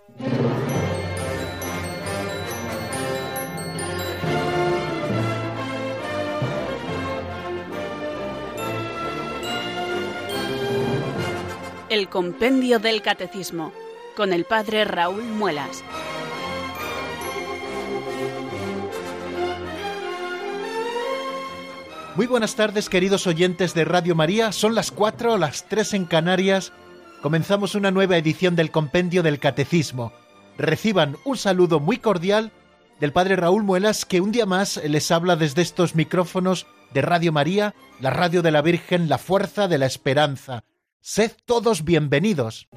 El Compendio del Catecismo, con el Padre Raúl Muelas. Muy buenas tardes, queridos oyentes de Radio María. Son las 4, las 3 en Canarias. Comenzamos una nueva edición del Compendio del Catecismo. Reciban un saludo muy cordial del Padre Raúl Muelas, que un día más les habla desde estos micrófonos de Radio María, la radio de la Virgen, la fuerza de la esperanza. Sed todos bienvenidos.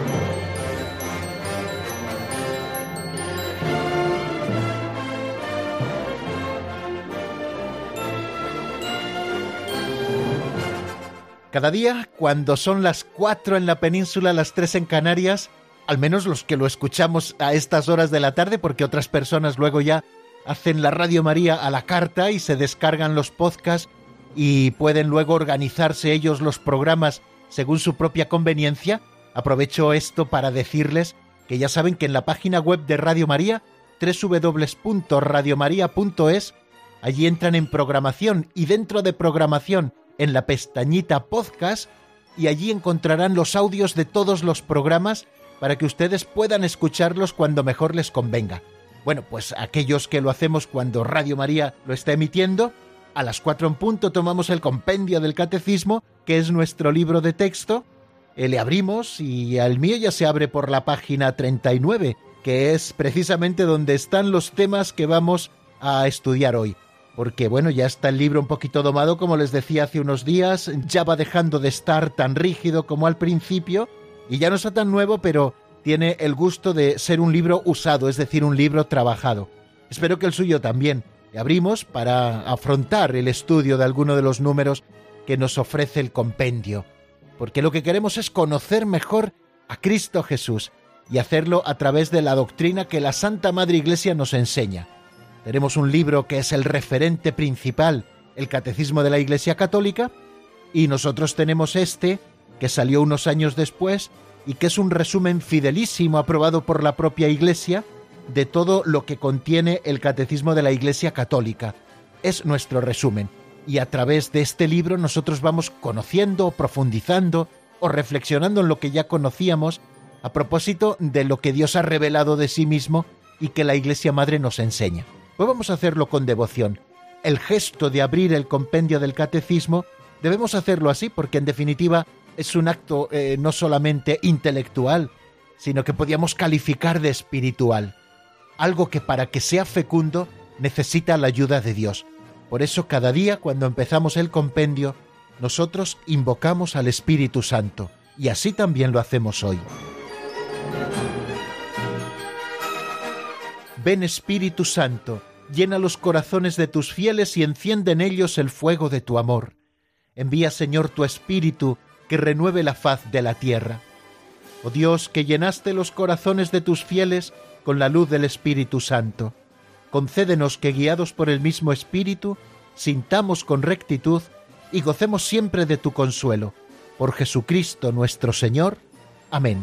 Cada día, cuando son las 4 en la península, las 3 en Canarias, al menos los que lo escuchamos a estas horas de la tarde, porque otras personas luego ya hacen la Radio María a la carta y se descargan los podcasts y pueden luego organizarse ellos los programas según su propia conveniencia. Aprovecho esto para decirles que ya saben que en la página web de Radio María, www.radiomaria.es, allí entran en programación y dentro de programación, en la pestañita podcast, y allí encontrarán los audios de todos los programas para que ustedes puedan escucharlos cuando mejor les convenga. Bueno, pues aquellos que lo hacemos cuando Radio María lo está emitiendo, a las 4 en punto tomamos el Compendio del Catecismo, que es nuestro libro de texto, le abrimos y al mío ya se abre por la página 39, que es precisamente donde están los temas que vamos a estudiar hoy. Porque bueno, ya está el libro un poquito domado, como les decía hace unos días, ya va dejando de estar tan rígido como al principio, y ya no está tan nuevo, pero tiene el gusto de ser un libro usado, es decir, un libro trabajado. Espero que el suyo también. Le abrimos para afrontar el estudio de alguno de los números que nos ofrece el compendio, porque lo que queremos es conocer mejor a Cristo Jesús y hacerlo a través de la doctrina que la Santa Madre Iglesia nos enseña. Tenemos un libro que es el referente principal, el Catecismo de la Iglesia Católica, y nosotros tenemos este, que salió unos años después, y que es un resumen fidelísimo aprobado por la propia Iglesia de todo lo que contiene el Catecismo de la Iglesia Católica. Es nuestro resumen, y a través de este libro nosotros vamos conociendo, profundizando o reflexionando en lo que ya conocíamos a propósito de lo que Dios ha revelado de sí mismo y que la Iglesia Madre nos enseña. Pues vamos a hacerlo con devoción. El gesto de abrir el compendio del Catecismo debemos hacerlo así porque en definitiva es un acto no solamente intelectual, sino que podríamos calificar de espiritual. Algo que para que sea fecundo necesita la ayuda de Dios. Por eso cada día cuando empezamos el compendio, nosotros invocamos al Espíritu Santo, y así también lo hacemos hoy. Ven Espíritu Santo, llena los corazones de tus fieles y enciende en ellos el fuego de tu amor. Envía, Señor, tu Espíritu, que renueve la faz de la tierra. Oh Dios, que llenaste los corazones de tus fieles con la luz del Espíritu Santo, concédenos que, guiados por el mismo Espíritu, sintamos con rectitud y gocemos siempre de tu consuelo. Por Jesucristo nuestro Señor. Amén.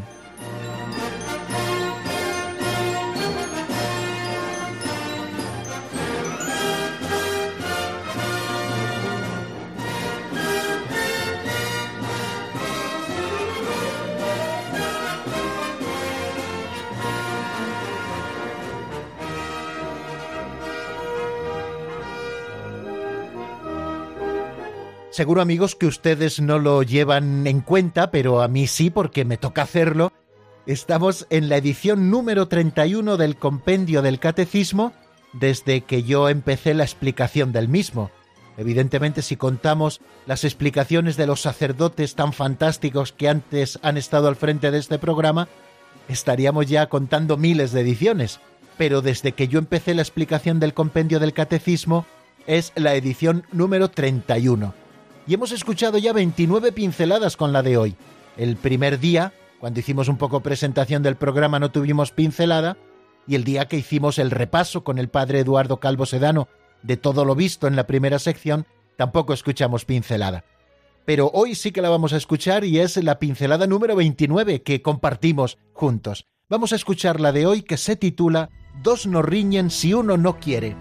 Seguro, amigos, que ustedes no lo llevan en cuenta, pero a mí sí, porque me toca hacerlo. Estamos en la edición número 31 del Compendio del Catecismo, desde que yo empecé la explicación del mismo. Evidentemente, si contamos las explicaciones de los sacerdotes tan fantásticos que antes han estado al frente de este programa, estaríamos ya contando miles de ediciones. Pero desde que yo empecé la explicación del Compendio del Catecismo, es la edición número 31. Y hemos escuchado ya 29 pinceladas con la de hoy. El primer día, cuando hicimos un poco presentación del programa, no tuvimos pincelada, y el día que hicimos el repaso con el padre Eduardo Calvo Sedano de todo lo visto en la primera sección, tampoco escuchamos pincelada. Pero hoy sí que la vamos a escuchar y es la pincelada número 29 que compartimos juntos. Vamos a escuchar la de hoy, que se titula Dos no riñen si uno no quiere.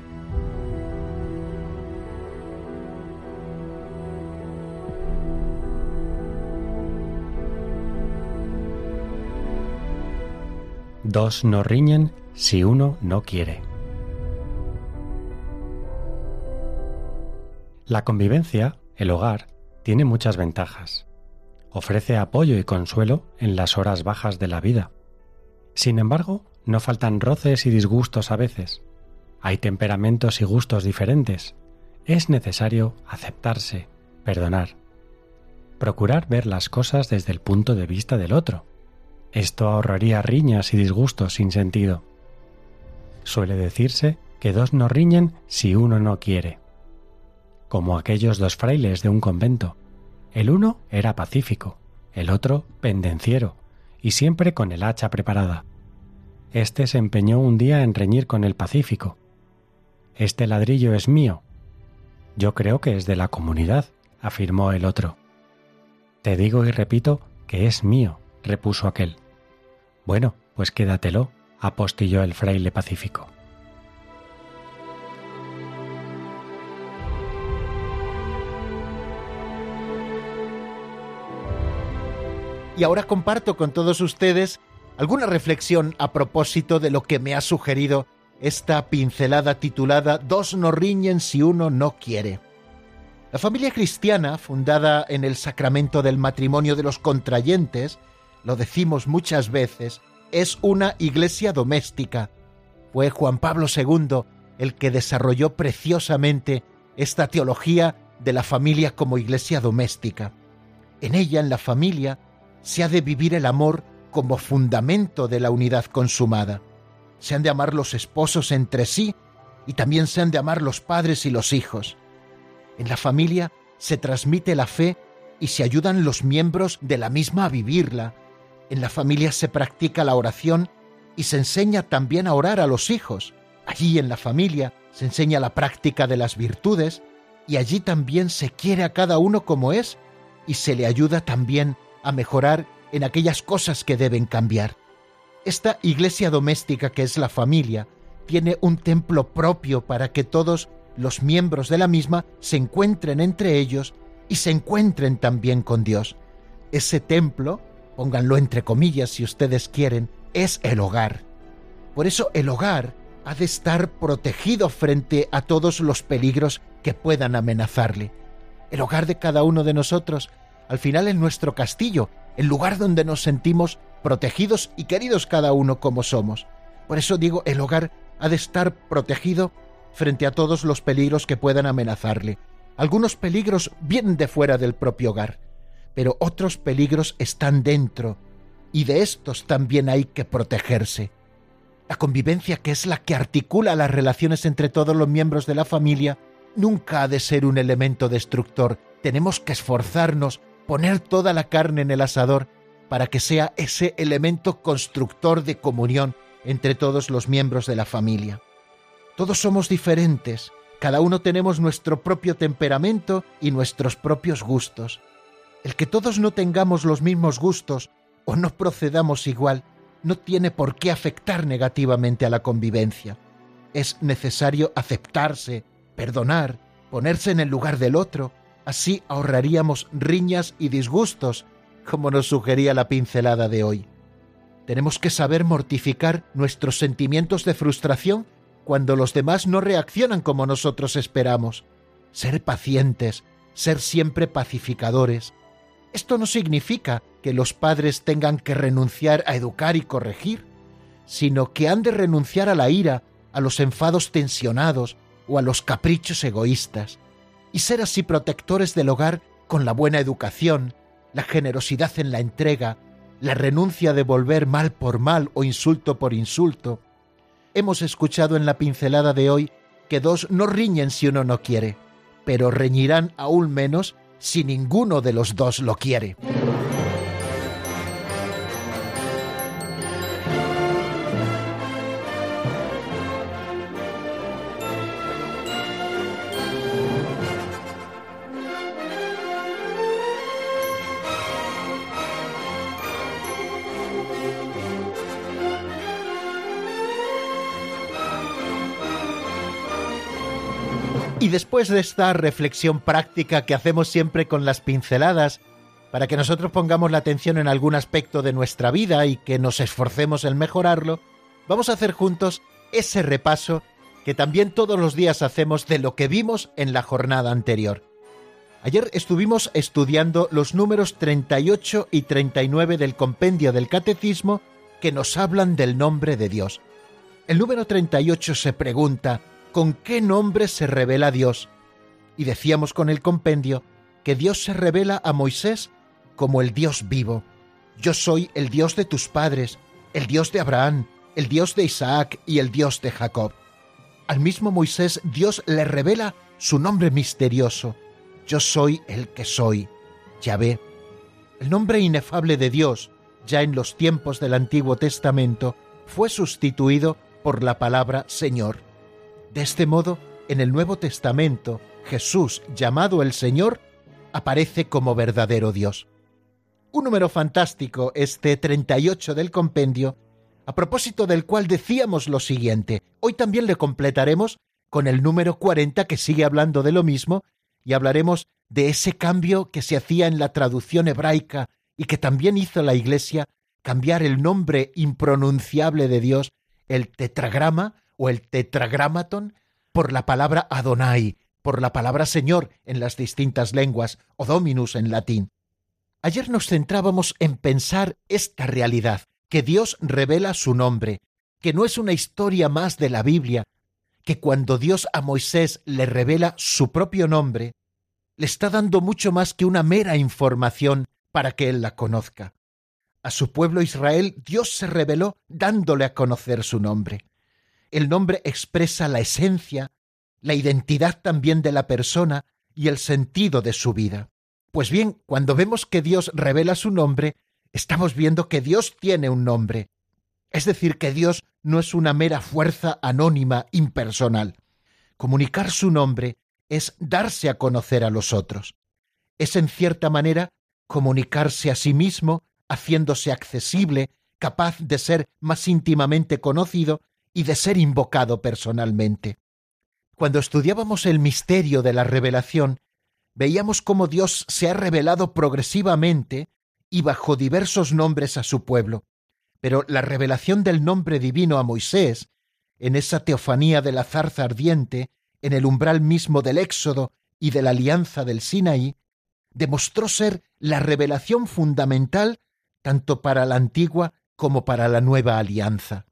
Dos no riñen si uno no quiere. La convivencia, el hogar, tiene muchas ventajas. Ofrece apoyo y consuelo en las horas bajas de la vida. Sin embargo, no faltan roces y disgustos a veces. Hay temperamentos y gustos diferentes. Es necesario aceptarse, perdonar. Procurar ver las cosas desde el punto de vista del otro. Esto ahorraría riñas y disgustos sin sentido. Suele decirse que dos no riñen si uno no quiere. Como aquellos dos frailes de un convento. El uno era pacífico, el otro pendenciero, y siempre con el hacha preparada. Este se empeñó un día en reñir con el pacífico. «Este ladrillo es mío». «Yo creo que es de la comunidad», afirmó el otro. «Te digo y repito que es mío», repuso aquel. «Bueno, pues quédatelo», apostilló el fraile pacífico. Y ahora comparto con todos ustedes alguna reflexión a propósito de lo que me ha sugerido esta pincelada titulada Dos no riñen si uno no quiere. La familia cristiana, fundada en el sacramento del matrimonio de los contrayentes, lo decimos muchas veces, es una iglesia doméstica. Fue Juan Pablo II el que desarrolló preciosamente esta teología de la familia como iglesia doméstica. En ella, en la familia, se ha de vivir el amor como fundamento de la unidad consumada. Se han de amar los esposos entre sí y también se han de amar los padres y los hijos. En la familia se transmite la fe y se ayudan los miembros de la misma a vivirla. En la familia se practica la oración y se enseña también a orar a los hijos. Allí en la familia se enseña la práctica de las virtudes y allí también se quiere a cada uno como es y se le ayuda también a mejorar en aquellas cosas que deben cambiar. Esta iglesia doméstica que es la familia tiene un templo propio para que todos los miembros de la misma se encuentren entre ellos y se encuentren también con Dios. Ese templo, pónganlo entre comillas si ustedes quieren, es el hogar. Por eso el hogar ha de estar protegido frente a todos los peligros que puedan amenazarle. El hogar de cada uno de nosotros, al final es nuestro castillo, el lugar donde nos sentimos protegidos y queridos cada uno como somos. Por eso digo, el hogar ha de estar protegido frente a todos los peligros que puedan amenazarle. Algunos peligros vienen de fuera del propio hogar, pero otros peligros están dentro, y de estos también hay que protegerse. La convivencia, que es la que articula las relaciones entre todos los miembros de la familia, nunca ha de ser un elemento destructor. Tenemos que esforzarnos, poner toda la carne en el asador para que sea ese elemento constructor de comunión entre todos los miembros de la familia. Todos somos diferentes, cada uno tenemos nuestro propio temperamento y nuestros propios gustos. El que todos no tengamos los mismos gustos o no procedamos igual no tiene por qué afectar negativamente a la convivencia. Es necesario aceptarse, perdonar, ponerse en el lugar del otro. Así ahorraríamos riñas y disgustos, como nos sugería la pincelada de hoy. Tenemos que saber mortificar nuestros sentimientos de frustración cuando los demás no reaccionan como nosotros esperamos. Ser pacientes, ser siempre pacificadores. Esto no significa que los padres tengan que renunciar a educar y corregir, sino que han de renunciar a la ira, a los enfados tensionados o a los caprichos egoístas, y ser así protectores del hogar con la buena educación, la generosidad en la entrega, la renuncia a devolver mal por mal o insulto por insulto. Hemos escuchado en la pincelada de hoy que dos no riñen si uno no quiere, pero reñirán aún menos si ninguno de los dos lo quiere. Y después de esta reflexión práctica que hacemos siempre con las pinceladas, para que nosotros pongamos la atención en algún aspecto de nuestra vida y que nos esforcemos en mejorarlo, vamos a hacer juntos ese repaso que también todos los días hacemos de lo que vimos en la jornada anterior. Ayer estuvimos estudiando los números 38 y 39 del compendio del Catecismo que nos hablan del nombre de Dios. El número 38 se pregunta: ¿con qué nombre se revela Dios? Y decíamos con el compendio que Dios se revela a Moisés como el Dios vivo. Yo soy el Dios de tus padres, el Dios de Abraham, el Dios de Isaac y el Dios de Jacob. Al mismo Moisés Dios le revela su nombre misterioso: yo soy el que soy, Yahvé. El nombre inefable de Dios, ya en los tiempos del Antiguo Testamento, fue sustituido por la palabra Señor. De este modo, en el Nuevo Testamento, Jesús, llamado el Señor, aparece como verdadero Dios. Un número fantástico, este 38 del compendio, a propósito del cual decíamos lo siguiente. Hoy también le completaremos con el número 40, que sigue hablando de lo mismo, y hablaremos de ese cambio que se hacía en la traducción hebraica y que también hizo la Iglesia, cambiar el nombre impronunciable de Dios, el tetragrama o el tetragramaton, por la palabra Adonai, por la palabra Señor en las distintas lenguas, o Dominus en latín. Ayer nos centrábamos en pensar esta realidad, que Dios revela su nombre, que no es una historia más de la Biblia, que cuando Dios a Moisés le revela su propio nombre, le está dando mucho más que una mera información para que él la conozca. A su pueblo Israel Dios se reveló dándole a conocer su nombre. El nombre expresa la esencia, la identidad también de la persona y el sentido de su vida. Pues bien, cuando vemos que Dios revela su nombre, estamos viendo que Dios tiene un nombre. Es decir, que Dios no es una mera fuerza anónima, impersonal. Comunicar su nombre es darse a conocer a los otros. Es, en cierta manera, comunicarse a sí mismo, haciéndose accesible, capaz de ser más íntimamente conocido y de ser invocado personalmente. Cuando estudiábamos el misterio de la revelación, veíamos cómo Dios se ha revelado progresivamente y bajo diversos nombres a su pueblo. Pero la revelación del nombre divino a Moisés, en esa teofanía de la zarza ardiente, en el umbral mismo del Éxodo y de la alianza del Sinaí, demostró ser la revelación fundamental tanto para la antigua como para la nueva alianza.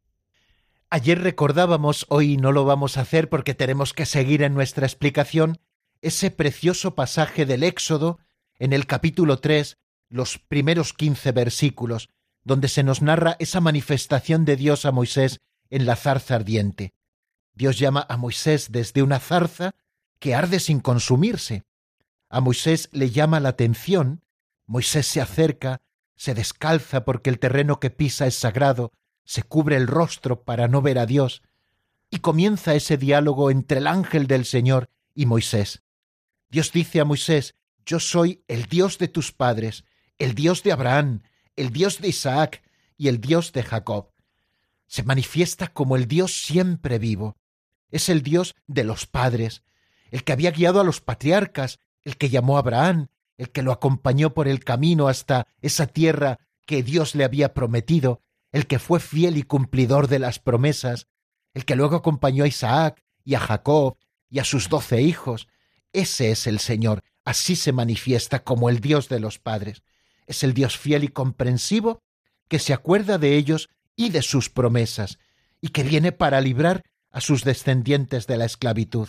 Ayer recordábamos, hoy no lo vamos a hacer porque tenemos que seguir en nuestra explicación, ese precioso pasaje del Éxodo en el capítulo 3, los primeros 15 versículos, donde se nos narra esa manifestación de Dios a Moisés en la zarza ardiente. Dios llama a Moisés desde una zarza que arde sin consumirse. A Moisés le llama la atención, Moisés se acerca, se descalza porque el terreno que pisa es sagrado, se cubre el rostro para no ver a Dios, y comienza ese diálogo entre el ángel del Señor y Moisés. Dios dice a Moisés: yo soy el Dios de tus padres, el Dios de Abraham, el Dios de Isaac y el Dios de Jacob. Se manifiesta como el Dios siempre vivo. Es el Dios de los padres, el que había guiado a los patriarcas, el que llamó a Abraham, el que lo acompañó por el camino hasta esa tierra que Dios le había prometido, el que fue fiel y cumplidor de las promesas, el que luego acompañó a Isaac y a Jacob y a sus 12 hijos. Ese es el Señor, así se manifiesta como el Dios de los padres. Es el Dios fiel y comprensivo que se acuerda de ellos y de sus promesas, y que viene para librar a sus descendientes de la esclavitud.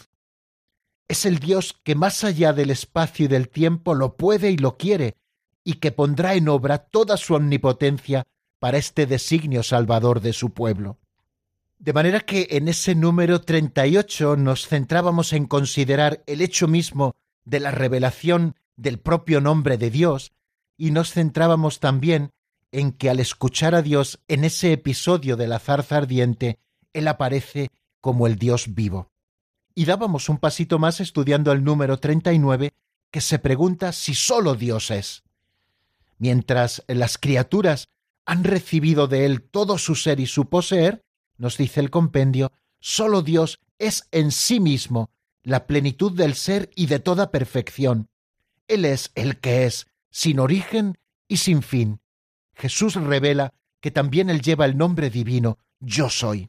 Es el Dios que más allá del espacio y del tiempo lo puede y lo quiere, y que pondrá en obra toda su omnipotencia para este designio salvador de su pueblo. De manera que en ese número 38 nos centrábamos en considerar el hecho mismo de la revelación del propio nombre de Dios, y nos centrábamos también en que al escuchar a Dios en ese episodio de la zarza ardiente, Él aparece como el Dios vivo. Y dábamos un pasito más estudiando el número 39, que se pregunta si solo Dios es. Mientras las criaturas han recibido de Él todo su ser y su poseer, nos dice el compendio, solo Dios es en sí mismo la plenitud del ser y de toda perfección. Él es el que es, sin origen y sin fin. Jesús revela que también Él lleva el nombre divino, Yo soy.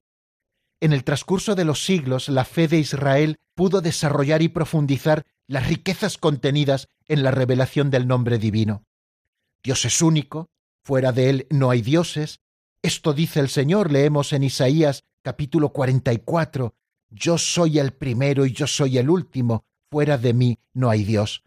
En el transcurso de los siglos, la fe de Israel pudo desarrollar y profundizar las riquezas contenidas en la revelación del nombre divino. Dios es único, fuera de Él no hay dioses. Esto dice el Señor, leemos en Isaías capítulo 44, Yo soy el primero y yo soy el último, fuera de mí no hay Dios.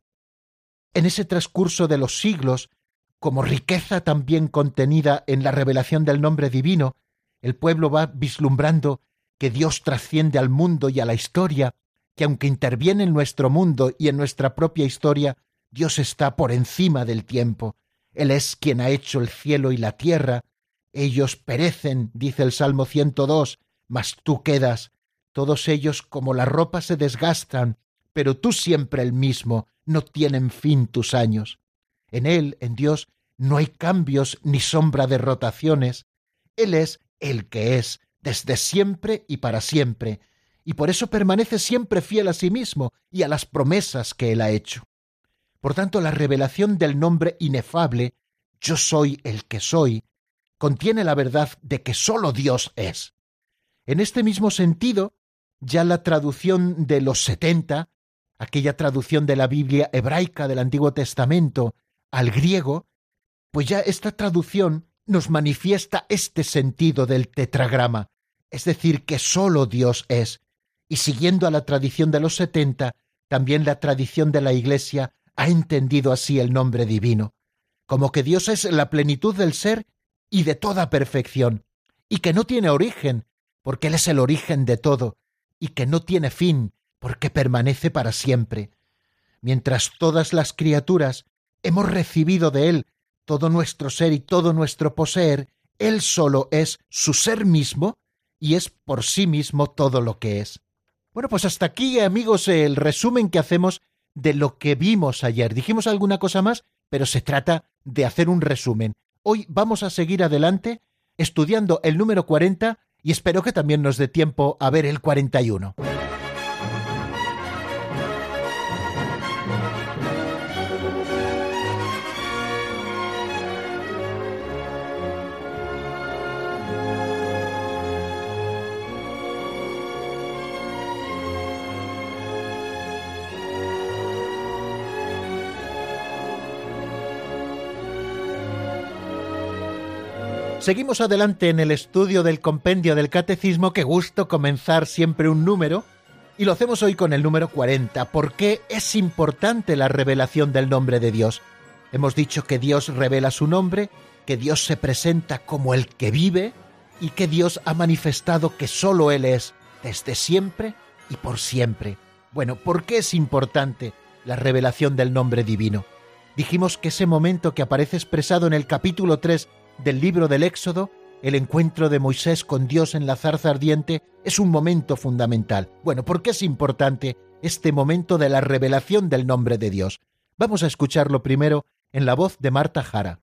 En ese transcurso de los siglos, como riqueza también contenida en la revelación del nombre divino, el pueblo va vislumbrando que Dios trasciende al mundo y a la historia, que aunque interviene en nuestro mundo y en nuestra propia historia, Dios está por encima del tiempo. Él es quien ha hecho el cielo y la tierra. Ellos perecen, dice el Salmo 102, mas tú quedas. Todos ellos como la ropa se desgastan, pero tú siempre el mismo, no tienen fin tus años. En Él, en Dios, no hay cambios ni sombra de rotaciones. Él es el que es, desde siempre y para siempre, y por eso permanece siempre fiel a sí mismo y a las promesas que Él ha hecho. Por tanto, la revelación del nombre inefable, Yo soy el que soy, contiene la verdad de que sólo Dios es. En este mismo sentido, ya la traducción de los 70, aquella traducción de la Biblia hebraica del Antiguo Testamento al griego, pues ya esta traducción nos manifiesta este sentido del tetragrama, es decir, que sólo Dios es. Y siguiendo a la tradición de los 70, también la tradición de la Iglesia ha entendido así el nombre divino, como que Dios es la plenitud del ser y de toda perfección, y que no tiene origen, porque Él es el origen de todo, y que no tiene fin, porque permanece para siempre. Mientras todas las criaturas hemos recibido de Él todo nuestro ser y todo nuestro poseer, Él solo es su ser mismo y es por sí mismo todo lo que es. Bueno, pues hasta aquí, amigos, el resumen que hacemos de lo que vimos ayer. Dijimos alguna cosa más, pero se trata de hacer un resumen. Hoy vamos a seguir adelante estudiando el número 40 y espero que también nos dé tiempo a ver el 41. Seguimos adelante en el estudio del compendio del Catecismo. Qué gusto comenzar siempre un número, y lo hacemos hoy con el número 40. ¿Por qué es importante la revelación del nombre de Dios? Hemos dicho que Dios revela su nombre, que Dios se presenta como el que vive y que Dios ha manifestado que solo Él es, desde siempre y por siempre. Bueno, ¿por qué es importante la revelación del nombre divino? Dijimos que ese momento que aparece expresado en el capítulo 3 del libro del Éxodo, el encuentro de Moisés con Dios en la zarza ardiente, es un momento fundamental. Bueno, ¿por qué es importante este momento de la revelación del nombre de Dios? Vamos a escucharlo primero en la voz de Marta Jara.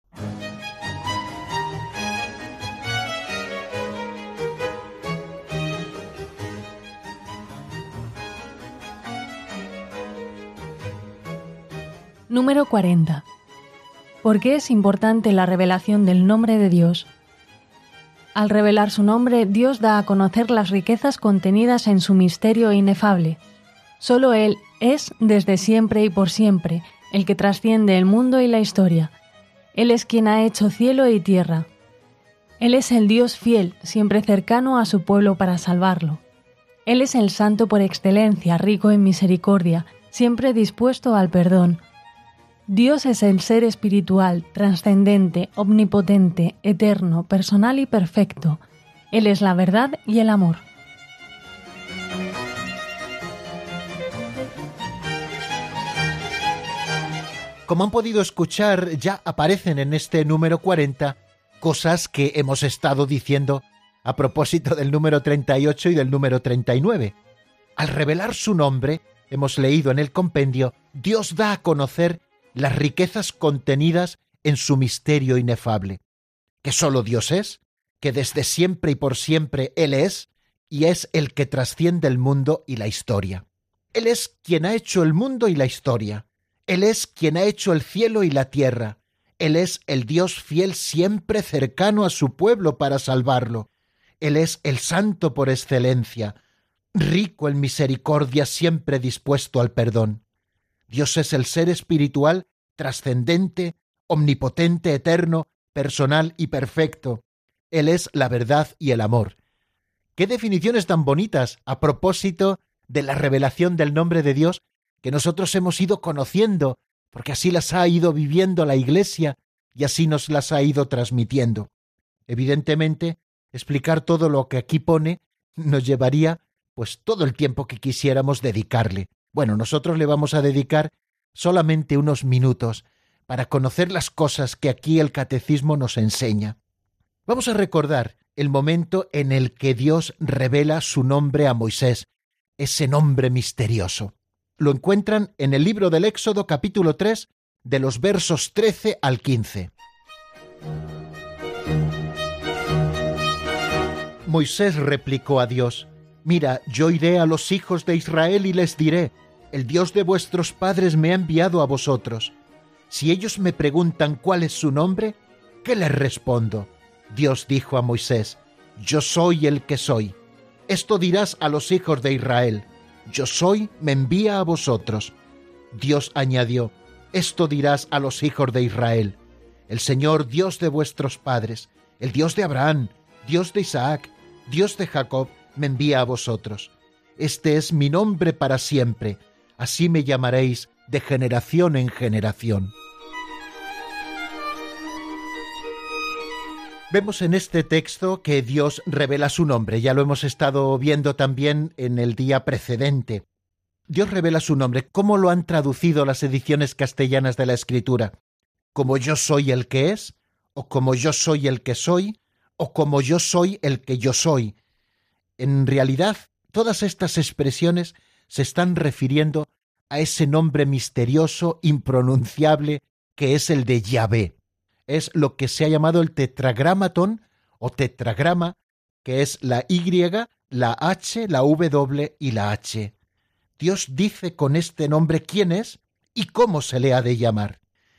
Número 40. ¿Por qué es importante la revelación del nombre de Dios? Al revelar su nombre, Dios da a conocer las riquezas contenidas en su misterio inefable. Solo Él es, desde siempre y por siempre, el que trasciende el mundo y la historia. Él es quien ha hecho cielo y tierra. Él es el Dios fiel, siempre cercano a su pueblo para salvarlo. Él es el Santo por excelencia, rico en misericordia, siempre dispuesto al perdón. Dios es el ser espiritual, trascendente, omnipotente, eterno, personal y perfecto. Él es la verdad y el amor. Como han podido escuchar, ya aparecen en este número 40 cosas que hemos estado diciendo a propósito del número 38 y del número 39. Al revelar su nombre, hemos leído en el compendio, Dios da a conocer las riquezas contenidas en su misterio inefable, que sólo Dios es, que desde siempre y por siempre Él es, y es el que trasciende el mundo y la historia. Él es quien ha hecho el mundo y la historia. Él es quien ha hecho el cielo y la tierra. Él es el Dios fiel siempre cercano a su pueblo para salvarlo. Él es el santo por excelencia, rico en misericordia, siempre dispuesto al perdón. Dios es el ser espiritual, trascendente, omnipotente, eterno, personal y perfecto. Él es la verdad y el amor. ¡Qué definiciones tan bonitas a propósito de la revelación del nombre de Dios que nosotros hemos ido conociendo, porque así las ha ido viviendo la Iglesia y así nos las ha ido transmitiendo? Evidentemente, explicar todo lo que aquí pone nos llevaría pues todo el tiempo que quisiéramos dedicarle. Bueno, nosotros le vamos a dedicar solamente unos minutos para conocer las cosas que aquí el Catecismo nos enseña. Vamos a recordar el momento en el que Dios revela su nombre a Moisés, ese nombre misterioso. Lo encuentran en el libro del Éxodo, capítulo 3, de los versos 13 al 15. Moisés replicó a Dios: «Mira, yo iré a los hijos de Israel y les diré: el Dios de vuestros padres me ha enviado a vosotros. Si ellos me preguntan cuál es su nombre, ¿qué les respondo?». Dios dijo a Moisés: «Yo soy el que soy». Esto dirás a los hijos de Israel: «Yo soy, me envía a vosotros». Dios añadió: «Esto dirás a los hijos de Israel: el Señor Dios de vuestros padres, el Dios de Abraham, Dios de Isaac, Dios de Jacob, me envía a vosotros. Este es mi nombre para siempre, así me llamaréis de generación en generación». Vemos en este texto que Dios revela su nombre, ya lo hemos estado viendo también en el día precedente. Dios revela su nombre. ¿Cómo lo han traducido las ediciones castellanas de la Escritura? ¿Como yo soy el que es? ¿O como yo soy el que soy? ¿O como yo soy el que yo soy? En realidad, todas estas expresiones se están refiriendo a ese nombre misterioso, impronunciable, que es el de Yahvé. Es lo que se ha llamado el tetragramatón o tetragrama, que es la Y, la H, la W y la H. Dios dice con este nombre quién es y cómo se le ha de llamar.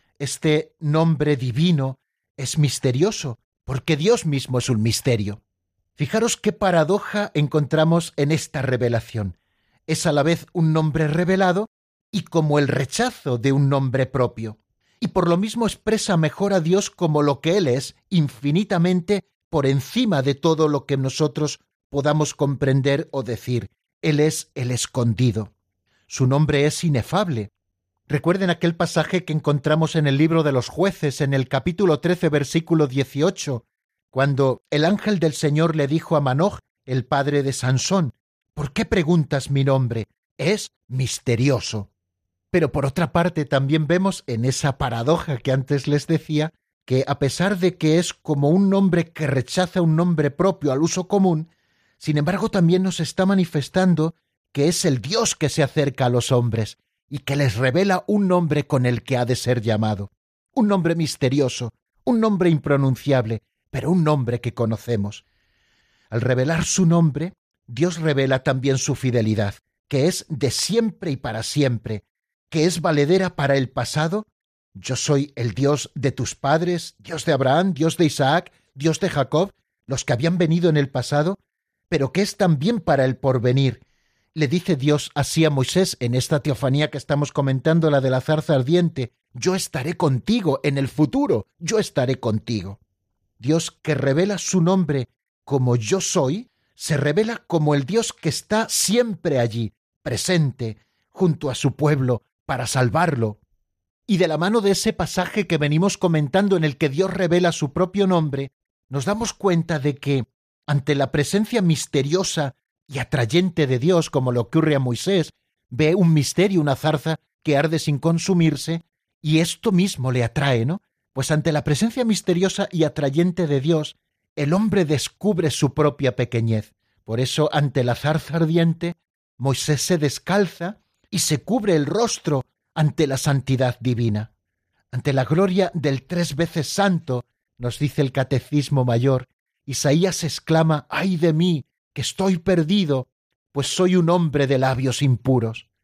Este nombre divino es misterioso, porque Dios mismo es un misterio. Fijaros qué paradoja encontramos en esta revelación. Es a la vez un nombre revelado y como el rechazo de un nombre propio. Y por lo mismo expresa mejor a Dios como lo que Él es, infinitamente por encima de todo lo que nosotros podamos comprender o decir. Él es el escondido. Su nombre es inefable. Recuerden aquel pasaje que encontramos en el libro de los Jueces, en el capítulo 13, versículo 18, cuando el ángel del Señor le dijo a Manoc, el padre de Sansón: «¿Por qué preguntas mi nombre? Es misterioso». Pero por otra parte también vemos en esa paradoja que antes les decía, que a pesar de que es como un nombre que rechaza un nombre propio al uso común, sin embargo también nos está manifestando que es el Dios que se acerca a los hombres y que les revela un nombre con el que ha de ser llamado. Un nombre misterioso, un nombre impronunciable, pero un nombre que conocemos. Al revelar su nombre, Dios revela también su fidelidad, que es de siempre y para siempre, que es valedera para el pasado. Yo soy el Dios de tus padres, Dios de Abraham, Dios de Isaac, Dios de Jacob, los que habían venido en el pasado, pero que es también para el porvenir. Le dice Dios así a Moisés en esta teofanía que estamos comentando, la de la zarza ardiente: yo estaré contigo en el futuro, yo estaré contigo. Dios, que revela su nombre como yo soy, se revela como el Dios que está siempre allí, presente, junto a su pueblo, para salvarlo. Y de la mano de ese pasaje que venimos comentando en el que Dios revela su propio nombre, nos damos cuenta de que, ante la presencia misteriosa y atrayente de Dios, como le ocurre a Moisés, ve un misterio, una zarza que arde sin consumirse, y esto mismo le atrae, ¿no? Pues ante la presencia misteriosa y atrayente de Dios, el hombre descubre su propia pequeñez. Por eso, ante la zarza ardiente, Moisés se descalza y se cubre el rostro ante la santidad divina. Ante la gloria del 3 veces santo, nos dice el Catecismo Mayor, Isaías exclama: «¡Ay de mí, que estoy perdido, pues soy un hombre de labios impuros!».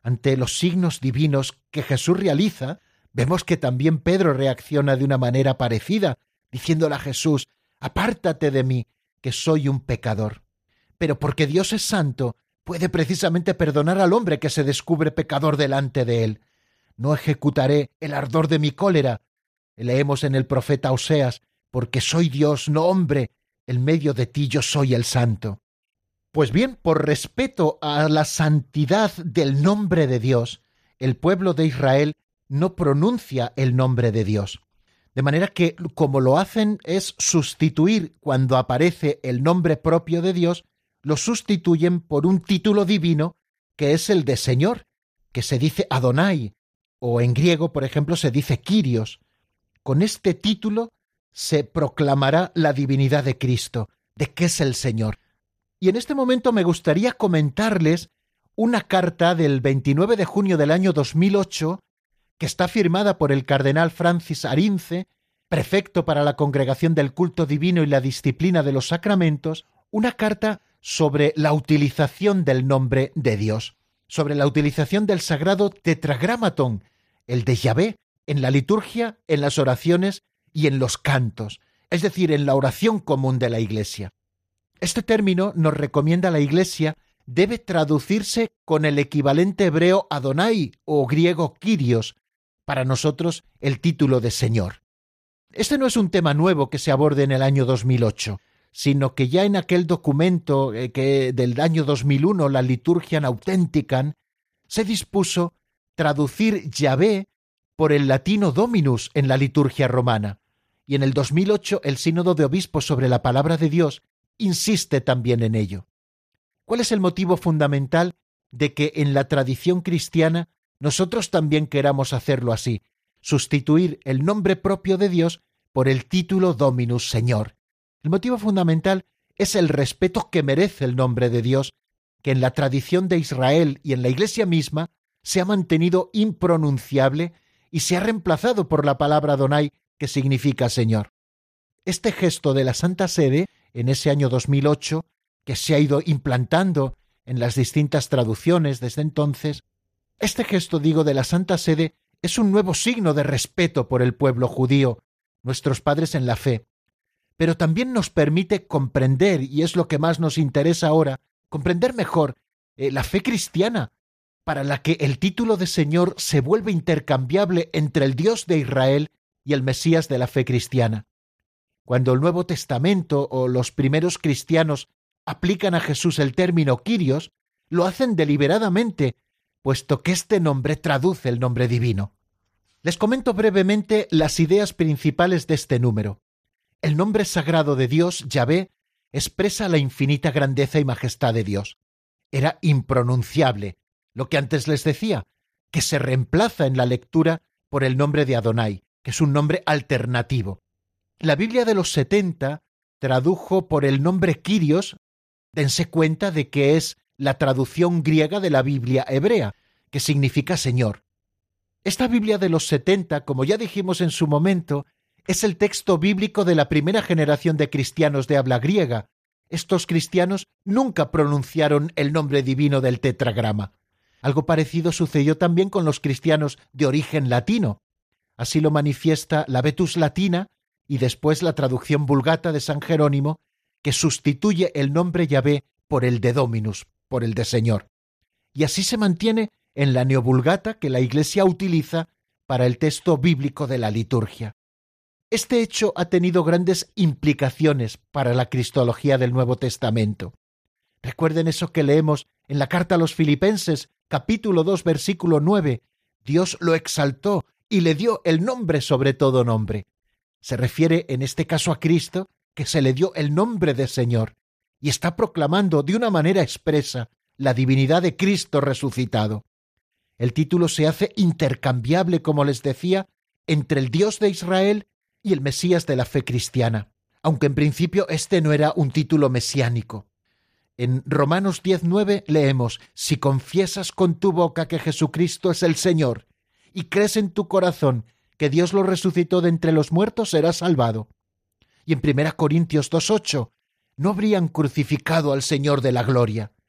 ante los signos divinos que Jesús realiza, vemos que también Pedro reacciona de una manera parecida, diciéndole a Jesús: «Apártate de mí, que soy un pecador». Pero porque Dios es santo, puede precisamente perdonar al hombre que se descubre pecador delante de él. «No ejecutaré el ardor de mi cólera», leemos en el profeta Oseas, «porque soy Dios, no hombre, en medio de ti yo soy el santo». Pues bien, por respeto a la santidad del nombre de Dios, el pueblo de Israel no pronuncia el nombre de Dios. De manera que, como lo hacen, es sustituir, cuando aparece el nombre propio de Dios, lo sustituyen por un título divino que es el de Señor, que se dice Adonai, o en griego, por ejemplo, se dice Kyrios. Con este título se proclamará la divinidad de Cristo, de que es el Señor. Y en este momento me gustaría comentarles una carta del 29 de junio del año 2008 que está firmada por el cardenal Francis Arinze, prefecto para la Congregación del Culto Divino y la Disciplina de los Sacramentos, una carta sobre la utilización del nombre de Dios, sobre la utilización del sagrado tetragramaton, el de Yahvé, en la liturgia, en las oraciones y en los cantos, es decir, en la oración común de la Iglesia. Este término, nos recomienda la Iglesia, debe traducirse con el equivalente hebreo Adonai o griego Kyrios, para nosotros el título de Señor. Este no es un tema nuevo que se aborde en el año 2008, sino que ya en aquel documento del año 2001, la Liturgia Authenticam, se dispuso traducir Yahvé por el latino Dominus en la liturgia romana. Y en el 2008 el Sínodo de Obispos sobre la Palabra de Dios insiste también en ello. ¿Cuál es el motivo fundamental de que en la tradición cristiana nosotros también queramos hacerlo así, sustituir el nombre propio de Dios por el título Dominus, Señor? El motivo fundamental es el respeto que merece el nombre de Dios, que en la tradición de Israel y en la Iglesia misma se ha mantenido impronunciable y se ha reemplazado por la palabra Adonai, que significa Señor. Este gesto de la Santa Sede, en ese año 2008, que se ha ido implantando en las distintas traducciones desde entonces, este gesto, digo, de la Santa Sede es un nuevo signo de respeto por el pueblo judío, nuestros padres en la fe, pero también nos permite comprender, y es lo que más nos interesa ahora, comprender mejor la fe cristiana, para la que el título de Señor se vuelve intercambiable entre el Dios de Israel y el Mesías de la fe cristiana. Cuando el Nuevo Testamento o los primeros cristianos aplican a Jesús el término Kyrios, lo hacen deliberadamente, puesto que este nombre traduce el nombre divino. Les comento brevemente las ideas principales de este número. El nombre sagrado de Dios, Yahvé, expresa la infinita grandeza y majestad de Dios. Era impronunciable, lo que antes les decía, que se reemplaza en la lectura por el nombre de Adonai, que es un nombre alternativo. La Biblia de los 70 tradujo por el nombre Kyrios, dense cuenta de que es la traducción griega de la Biblia hebrea, que significa Señor. Esta Biblia de los 70, como ya dijimos en su momento, es el texto bíblico de la primera generación de cristianos de habla griega. Estos cristianos nunca pronunciaron el nombre divino del tetragrama. Algo parecido sucedió también con los cristianos de origen latino. Así lo manifiesta la Vetus Latina y después la traducción Vulgata de San Jerónimo, que sustituye el nombre Yahvé por el de Dominus, por el de Señor. Y así se mantiene en la Neovulgata que la Iglesia utiliza para el texto bíblico de la liturgia. Este hecho ha tenido grandes implicaciones para la cristología del Nuevo Testamento. Recuerden eso que leemos en la carta a los Filipenses, capítulo 2, versículo 9. Dios lo exaltó y le dio el nombre sobre todo nombre. Se refiere en este caso a Cristo, que se le dio el nombre de Señor, y está proclamando de una manera expresa la divinidad de Cristo resucitado. El título se hace intercambiable, como les decía, entre el Dios de Israel y el Mesías de la fe cristiana, aunque en principio este no era un título mesiánico. En Romanos 10:9 leemos: si confiesas con tu boca que Jesucristo es el Señor y crees en tu corazón que Dios lo resucitó de entre los muertos, serás salvado. Y en 1 Corintios 2:8, no habrían crucificado al Señor de la gloria.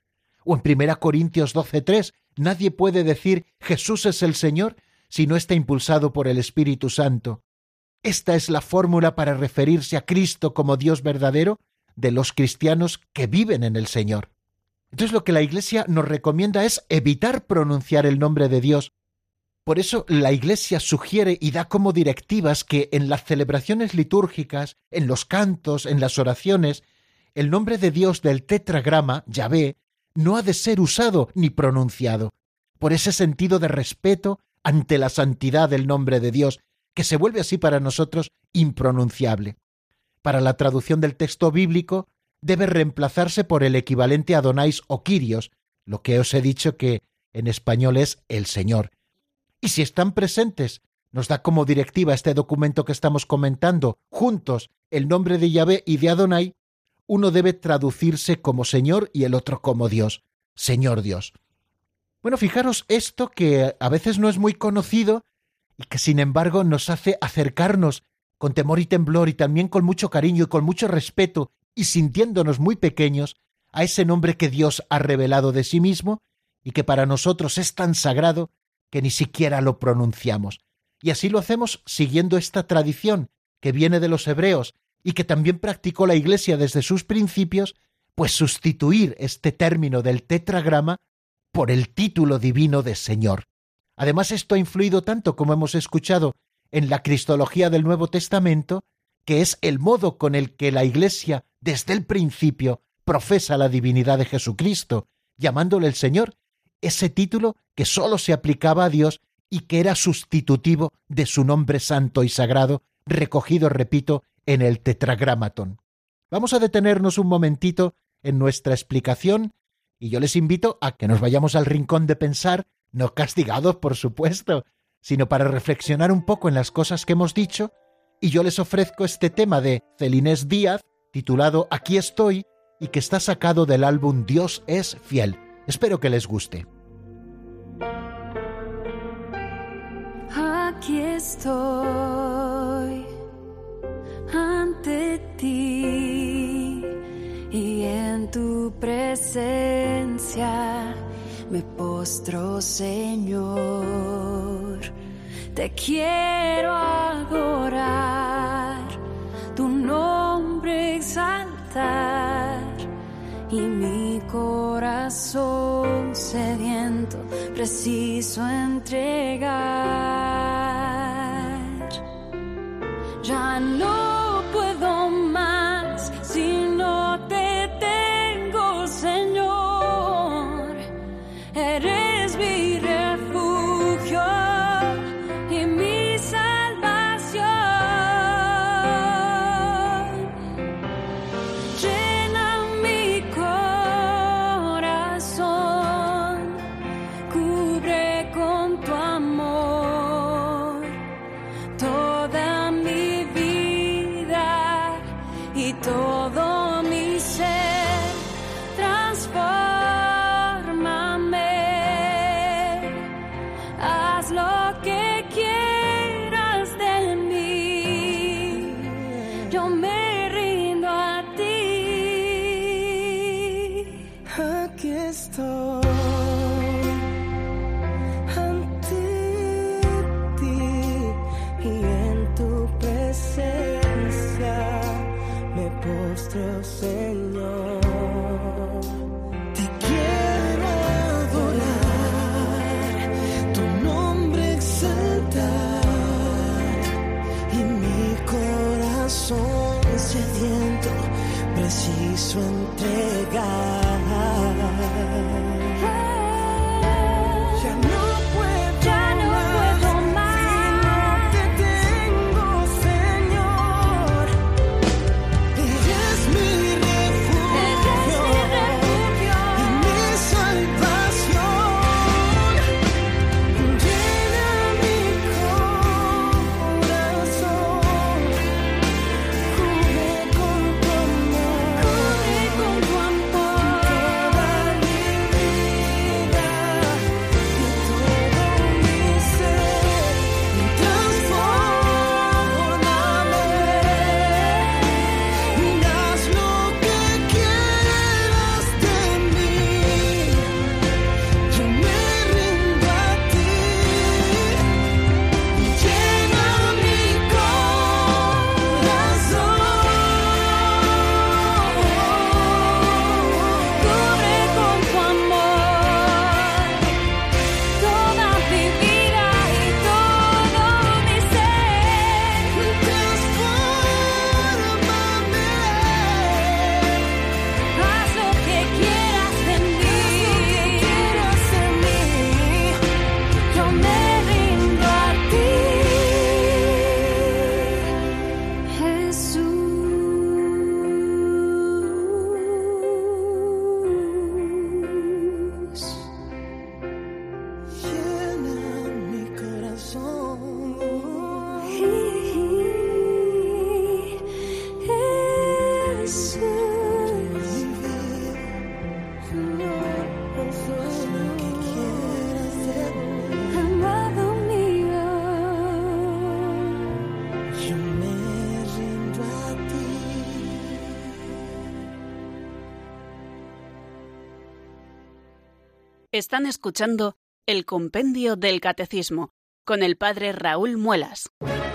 O en 1 Corintios 12:3, nadie puede decir Jesús es el Señor si no está impulsado por el Espíritu Santo. Esta es la fórmula para referirse a Cristo como Dios verdadero de los cristianos que viven en el Señor. Entonces lo que la Iglesia nos recomienda es evitar pronunciar el nombre de Dios. Por eso la Iglesia sugiere y da como directivas que en las celebraciones litúrgicas, en los cantos, en las oraciones, el nombre de Dios del tetragrama, Yahvé, no ha de ser usado ni pronunciado, por ese sentido de respeto ante la santidad del nombre de Dios, que se vuelve así para nosotros impronunciable. Para la traducción del texto bíblico debe reemplazarse por el equivalente a Adonais o Kyrios, lo que os he dicho que en español es el Señor. Y si están presentes, nos da como directiva este documento que estamos comentando, juntos el nombre de Yahvé y de Adonai, uno debe traducirse como Señor y el otro como Dios, Señor Dios. Bueno, fijaros esto que a veces no es muy conocido y que sin embargo nos hace acercarnos con temor y temblor y también con mucho cariño y con mucho respeto y sintiéndonos muy pequeños a ese nombre que Dios ha revelado de sí mismo y que para nosotros es tan sagrado que ni siquiera lo pronunciamos. Y así lo hacemos siguiendo esta tradición que viene de los hebreos y que también practicó la Iglesia desde sus principios, pues sustituir este término del tetragrama por el título divino de Señor. Además, esto ha influido tanto, como hemos escuchado, en la cristología del Nuevo Testamento, que es el modo con el que la Iglesia, desde el principio, profesa la divinidad de Jesucristo, llamándole el Señor, ese título que sólo se aplicaba a Dios y que era sustitutivo de su nombre santo y sagrado, recogido, repito, en el tetragramaton. Vamos a detenernos un momentito en nuestra explicación y yo les invito a que nos vayamos al rincón de pensar, no castigados, por supuesto, sino para reflexionar un poco en las cosas que hemos dicho, y yo les ofrezco este tema de Celines Díaz, titulado Aquí estoy, y que está sacado del álbum Dios es fiel. Espero que les guste. Aquí estoy ante ti y en tu presencia me postro, Señor. Te quiero adorar, tu nombre exaltar y mi corazón sediento preciso entregar. Ya no puedo más si no te tengo, Señor. Eres mi refugio y mi salvación. Llena mi corazón, cubre con tu amor toda mi vida y todo mi ser. Transfórmame, haz lo que quieras de mí, yo me rindo a ti. Aquí estoy ante ti y en tu presencia me postro, Señor. Te quiero adorar, tu nombre exaltar y mi corazón sediento preciso entregar. Amado mío, yo me rindo a ti. Están escuchando el Compendio del Catecismo con el Padre Raúl Muelas.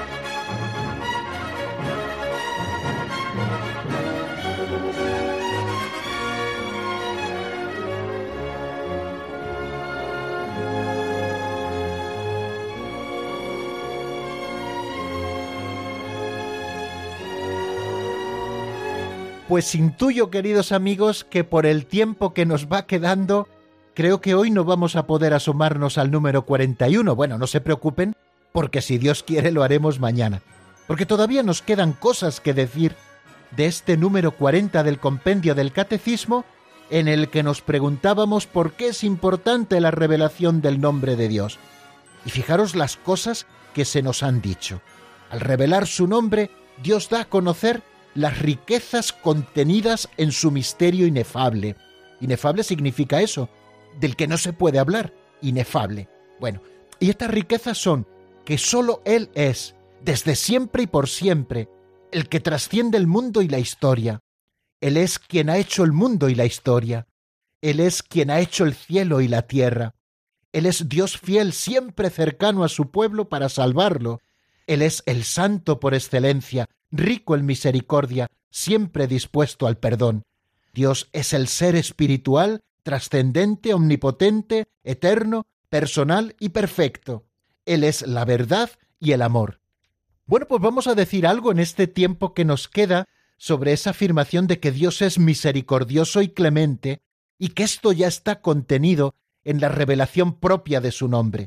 Pues intuyo, queridos amigos, que por el tiempo que nos va quedando, creo que hoy no vamos a poder asomarnos al número 41. Bueno, no se preocupen, porque si Dios quiere lo haremos mañana. Porque todavía nos quedan cosas que decir de este número 40 del Compendio del Catecismo, en el que nos preguntábamos por qué es importante la revelación del nombre de Dios. Y fijaros las cosas que se nos han dicho. Al revelar su nombre, Dios da a conocer las riquezas contenidas en su misterio inefable. Inefable significa eso, del que no se puede hablar, inefable. Bueno, y estas riquezas son que sólo Él es, desde siempre y por siempre, el que trasciende el mundo y la historia. Él es quien ha hecho el mundo y la historia. Él es quien ha hecho el cielo y la tierra. Él es Dios fiel, siempre cercano a su pueblo para salvarlo. Él es el santo por excelencia, rico en misericordia, siempre dispuesto al perdón. Dios es el ser espiritual, trascendente, omnipotente, eterno, personal y perfecto. Él es la verdad y el amor. Bueno, pues vamos a decir algo en este tiempo que nos queda sobre esa afirmación de que Dios es misericordioso y clemente y que esto ya está contenido en la revelación propia de su nombre.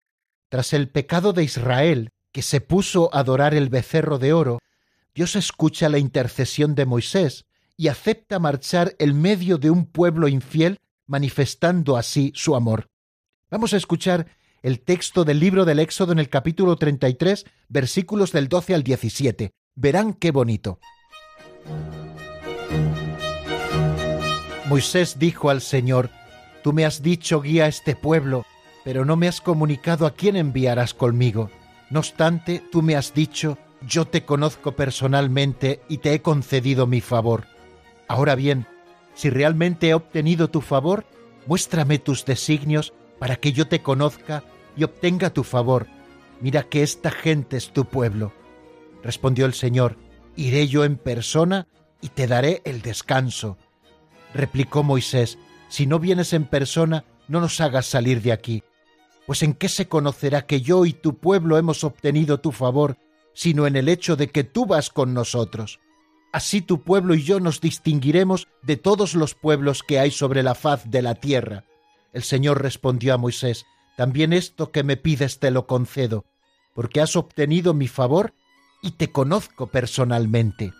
Tras el pecado de Israel, que se puso a adorar el becerro de oro, Dios escucha la intercesión de Moisés y acepta marchar en medio de un pueblo infiel, manifestando así su amor. Vamos a escuchar el texto del libro del Éxodo en el capítulo 33, versículos del 12 al 17. Verán qué bonito. Moisés dijo al Señor: Tú me has dicho, guía a este pueblo, pero no me has comunicado a quién enviarás conmigo. No obstante, tú me has dicho: Yo te conozco personalmente y te he concedido mi favor. Ahora bien, si realmente he obtenido tu favor, muéstrame tus designios para que yo te conozca y obtenga tu favor. Mira que esta gente es tu pueblo. Respondió el Señor: Iré yo en persona y te daré el descanso. Replicó Moisés: Si no vienes en persona, no nos hagas salir de aquí. Pues ¿en qué se conocerá que yo y tu pueblo hemos obtenido tu favor, sino en el hecho de que tú vas con nosotros? Así tu pueblo y yo nos distinguiremos de todos los pueblos que hay sobre la faz de la tierra. El Señor respondió a Moisés: También esto que me pides te lo concedo, porque has obtenido mi favor y te conozco personalmente.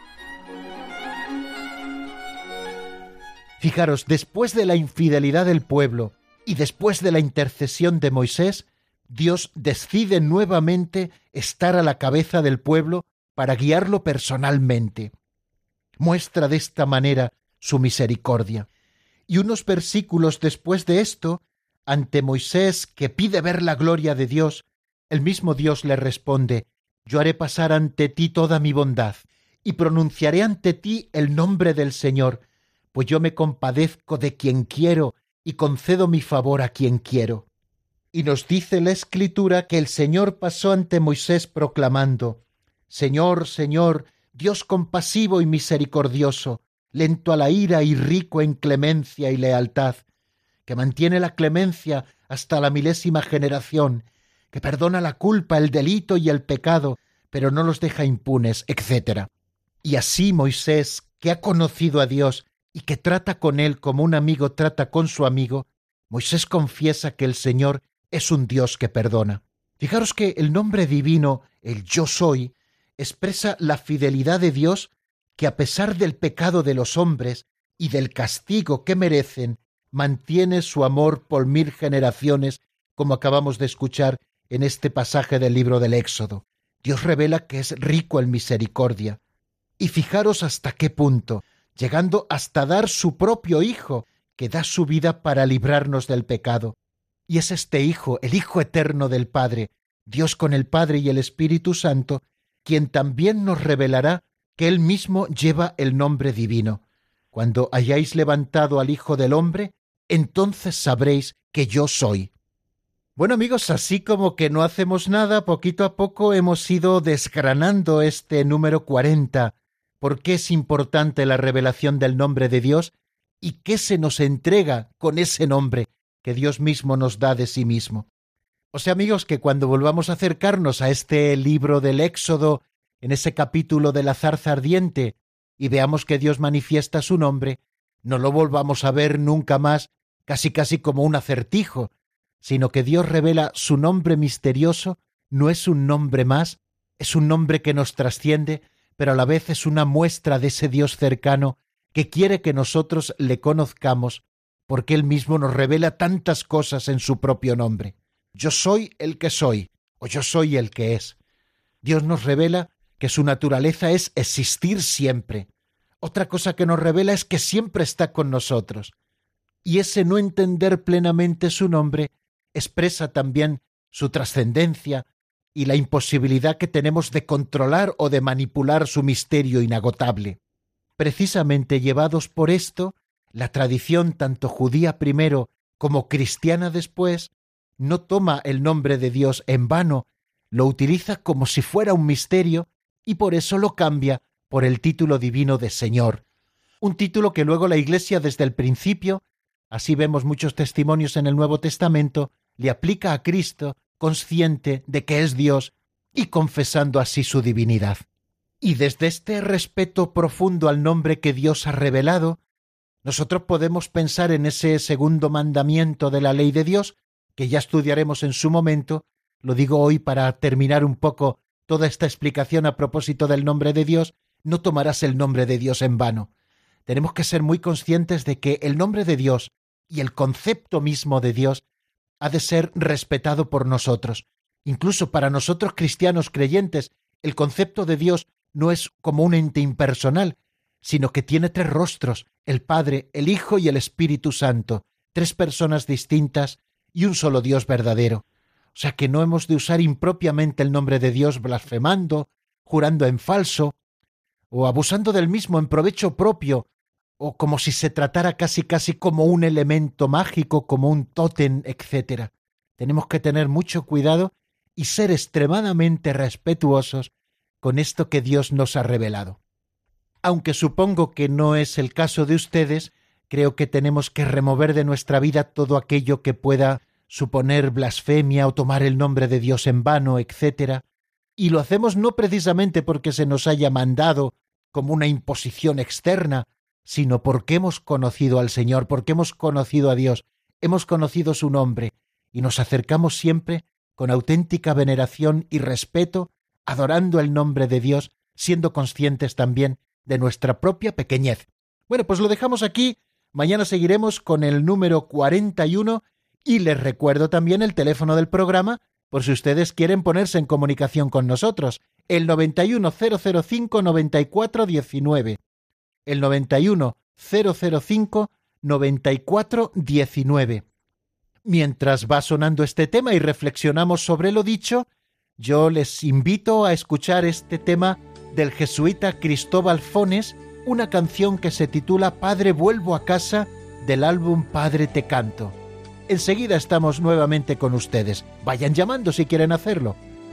Fijaros, después de la infidelidad del pueblo y después de la intercesión de Moisés, Dios decide nuevamente estar a la cabeza del pueblo para guiarlo personalmente. Muestra de esta manera su misericordia. Y unos versículos después de esto, ante Moisés, que pide ver la gloria de Dios, el mismo Dios le responde: Yo haré pasar ante ti toda mi bondad, y pronunciaré ante ti el nombre del Señor, pues yo me compadezco de quien quiero y concedo mi favor a quien quiero. Y nos dice la Escritura que el Señor pasó ante Moisés proclamando: Señor, Señor, Dios compasivo y misericordioso, lento a la ira y rico en clemencia y lealtad, que mantiene la clemencia hasta la 1000ª generación, que perdona la culpa, el delito y el pecado, pero no los deja impunes, etc. Y así Moisés, que ha conocido a Dios y que trata con él como un amigo trata con su amigo, Moisés confiesa que el Señor es un Dios que perdona. Fijaros que el nombre divino, el Yo Soy, expresa la fidelidad de Dios, que a pesar del pecado de los hombres y del castigo que merecen, mantiene su amor por 1000 generaciones, como acabamos de escuchar en este pasaje del libro del Éxodo. Dios revela que es rico en misericordia. Y fijaros hasta qué punto, llegando hasta dar su propio Hijo, que da su vida para librarnos del pecado. Y es este Hijo, el Hijo eterno del Padre, Dios con el Padre y el Espíritu Santo, quien también nos revelará que Él mismo lleva el nombre divino. Cuando hayáis levantado al Hijo del Hombre, entonces sabréis que yo soy. Bueno, amigos, así como que no hacemos nada, poquito a poco hemos ido desgranando este número 40, por qué es importante la revelación del nombre de Dios y qué se nos entrega con ese nombre que Dios mismo nos da de sí mismo. O sea, amigos, que cuando volvamos a acercarnos a este libro del Éxodo, en ese capítulo de la zarza ardiente, y veamos que Dios manifiesta su nombre, no lo volvamos a ver nunca más casi como un acertijo, sino que Dios revela su nombre misterioso, no es un nombre más, es un nombre que nos trasciende, pero a la vez es una muestra de ese Dios cercano que quiere que nosotros le conozcamos, porque Él mismo nos revela tantas cosas en su propio nombre. Yo soy el que soy, o yo soy el que es. Dios nos revela que su naturaleza es existir siempre. Otra cosa que nos revela es que siempre está con nosotros. Y ese no entender plenamente su nombre expresa también su trascendencia y la imposibilidad que tenemos de controlar o de manipular su misterio inagotable. Precisamente llevados por esto, la tradición tanto judía primero como cristiana después no toma el nombre de Dios en vano, lo utiliza como si fuera un misterio y por eso lo cambia por el título divino de Señor, un título que luego la Iglesia desde el principio, así vemos muchos testimonios en el Nuevo Testamento, le aplica a Cristo, consciente de que es Dios y confesando así su divinidad. Y desde este respeto profundo al nombre que Dios ha revelado, nosotros podemos pensar en ese segundo mandamiento de la ley de Dios, que ya estudiaremos en su momento. Lo digo hoy para terminar un poco toda esta explicación a propósito del nombre de Dios. No tomarás el nombre de Dios en vano. Tenemos que ser muy conscientes de que el nombre de Dios y el concepto mismo de Dios ha de ser respetado por nosotros. Incluso para nosotros cristianos creyentes, el concepto de Dios no es como un ente impersonal, sino que tiene tres rostros, el Padre, el Hijo y el Espíritu Santo, tres personas distintas y un solo Dios verdadero. O sea que no hemos de usar impropiamente el nombre de Dios blasfemando, jurando en falso, o abusando del mismo en provecho propio, o como si se tratara casi como un elemento mágico, como un tótem, etc. Tenemos que tener mucho cuidado y ser extremadamente respetuosos con esto que Dios nos ha revelado. Aunque supongo que no es el caso de ustedes, creo que tenemos que remover de nuestra vida todo aquello que pueda suponer blasfemia o tomar el nombre de Dios en vano, etc. Y lo hacemos no precisamente porque se nos haya mandado como una imposición externa, sino porque hemos conocido al Señor, porque hemos conocido a Dios, hemos conocido su nombre y nos acercamos siempre con auténtica veneración y respeto, adorando el nombre de Dios, siendo conscientes también de nuestra propia pequeñez. Bueno, pues lo dejamos aquí. Mañana seguiremos con el número 41 y les recuerdo también el teléfono del programa por si ustedes quieren ponerse en comunicación con nosotros, el 91005-9419, el 91005-9419. Mientras va sonando este tema y reflexionamos sobre lo dicho, yo les invito a escuchar este tema del jesuita Cristóbal Fones, una canción que se titula Padre, vuelvo a casa, del álbum Padre, te canto. Enseguida estamos nuevamente con ustedes. Vayan llamando si quieren hacerlo.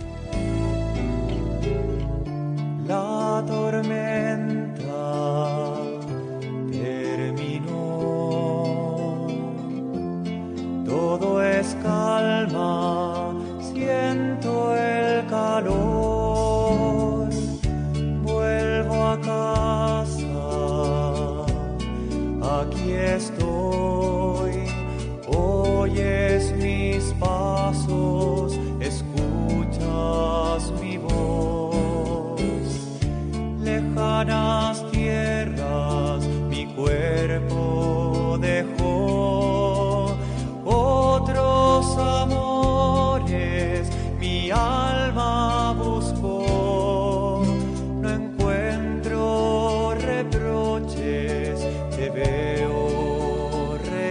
La tormenta terminó, todo es calma, siento el calor, vuelvo a casa, aquí estoy, oyes mis pasos, escuchas mi voz, lejanas tierras mi cuerpo dejó, otros amores mi alma buscó, no encuentro reproches, te veo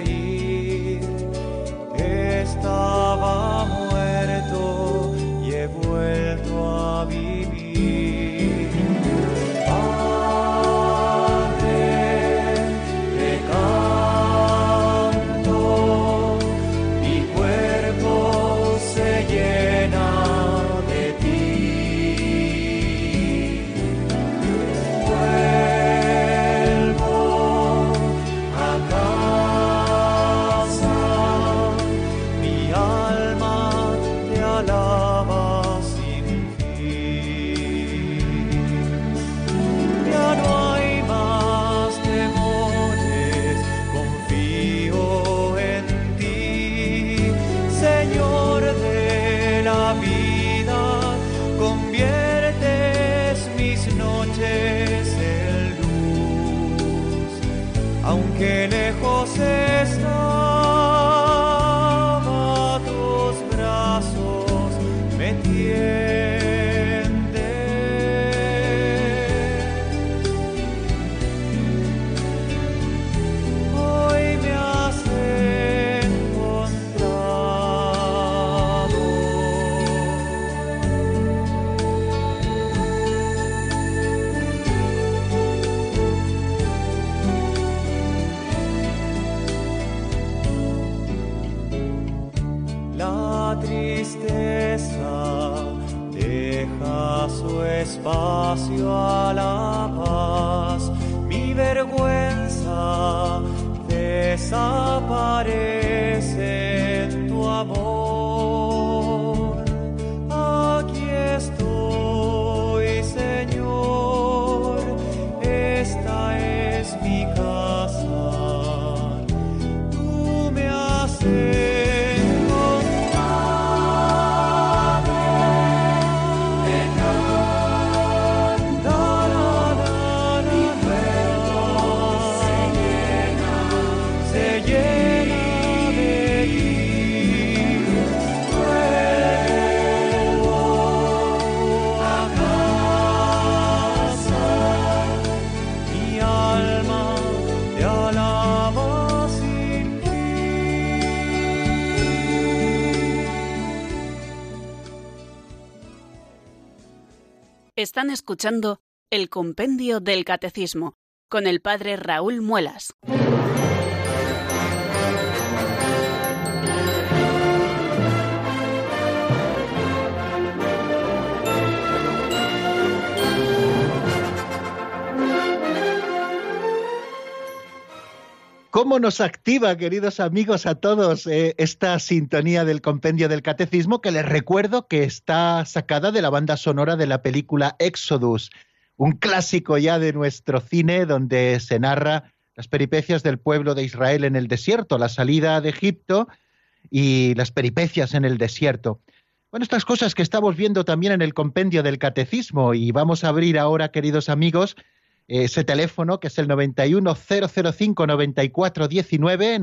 la tristeza, deja su espacio a la paz. Mi vergüenza desaparece en tu amor. Aquí estoy, Señor, esta es mi casa. Tú me has Están escuchando el Compendio del Catecismo con el Padre Raúl Muelas. ¿Cómo nos activa, queridos amigos, a todos esta sintonía del Compendio del Catecismo, que les recuerdo que está sacada de la banda sonora de la película Éxodus, un clásico ya de nuestro cine donde se narra las peripecias del pueblo de Israel en el desierto, la salida de Egipto y las peripecias en el desierto. Bueno, estas cosas que estamos viendo también en el Compendio del Catecismo, y vamos a abrir ahora, queridos amigos, ese teléfono que es el 91-005-9419,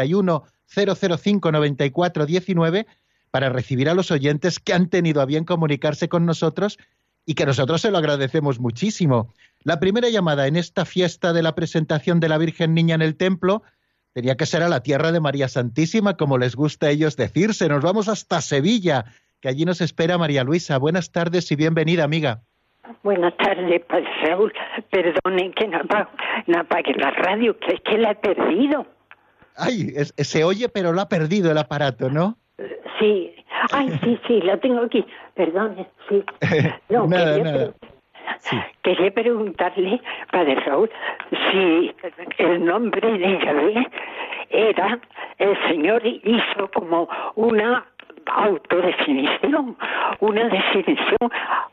91-005-9419, para recibir a los oyentes que han tenido a bien comunicarse con nosotros y que nosotros se lo agradecemos muchísimo. La primera llamada en esta fiesta de la presentación de la Virgen Niña en el templo tenía que ser a la tierra de María Santísima, como les gusta a ellos decirse. Nos vamos hasta Sevilla, que allí nos espera María Luisa. Buenas tardes y bienvenida, amiga. Buenas tardes, Padre Raúl. Perdonen que no apague la radio, que es que la he perdido. Ay, se oye, pero lo ha perdido el aparato, ¿no? Sí. Ay, sí, lo tengo aquí. Perdone, sí. No, nada. Quería preguntarle, Padre Raúl, si el nombre de Yahvé era, el Señor hizo como una autodefinición, una definición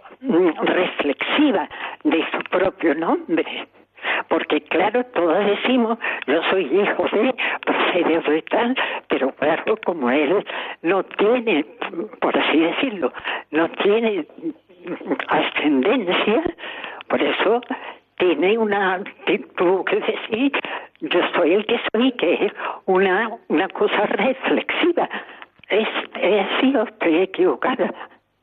reflexiva de su propio nombre, porque claro, todos decimos yo soy hijo de, procede de tal, pero claro, como él no tiene, por así decirlo, no tiene ascendencia, por eso tiene tuvo que decir yo soy el que soy, que es una cosa reflexiva. ¿Sí o estoy equivocada?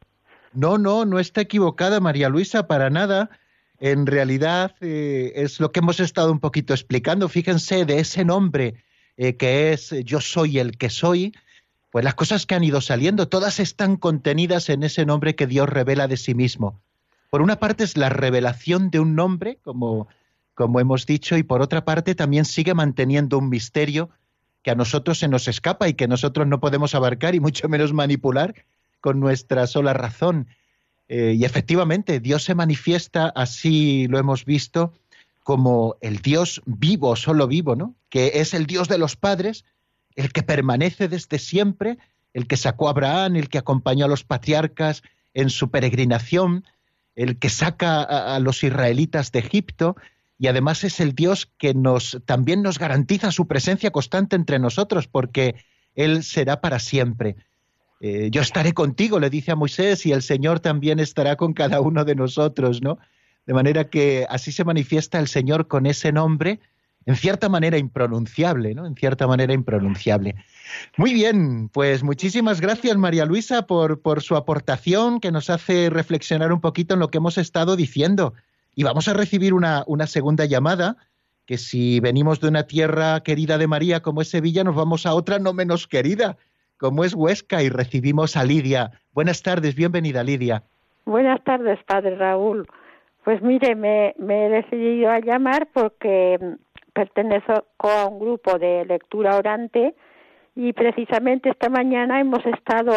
No está equivocada, María Luisa, para nada. En realidad es lo que hemos estado un poquito explicando. Fíjense, de ese nombre que es yo soy el que soy, pues las cosas que han ido saliendo, todas están contenidas en ese nombre que Dios revela de sí mismo. Por una parte es la revelación de un nombre, como hemos dicho, y por otra parte también sigue manteniendo un misterio que a nosotros se nos escapa y que nosotros no podemos abarcar y mucho menos manipular con nuestra sola razón. Y efectivamente, Dios se manifiesta, así lo hemos visto, como el Dios vivo, solo vivo, ¿no? Que es el Dios de los padres, el que permanece desde siempre, el que sacó a Abraham, el que acompañó a los patriarcas en su peregrinación, el que saca a los israelitas de Egipto, y además es el Dios que también nos garantiza su presencia constante entre nosotros, porque Él será para siempre. Yo estaré contigo, le dice a Moisés, y el Señor también estará con cada uno de nosotros, ¿no? De manera que así se manifiesta el Señor con ese nombre, en cierta manera impronunciable, ¿no? En cierta manera impronunciable. Muy bien, pues muchísimas gracias, María Luisa, por su aportación, que nos hace reflexionar un poquito en lo que hemos estado diciendo. Y vamos a recibir una segunda llamada, que si venimos de una tierra querida de María como es Sevilla, nos vamos a otra no menos querida, como es Huesca, y recibimos a Lidia. Buenas tardes, bienvenida, Lidia. Buenas tardes, Padre Raúl. Pues mire, me he decidido a llamar porque pertenezco a un grupo de lectura orante y precisamente esta mañana hemos estado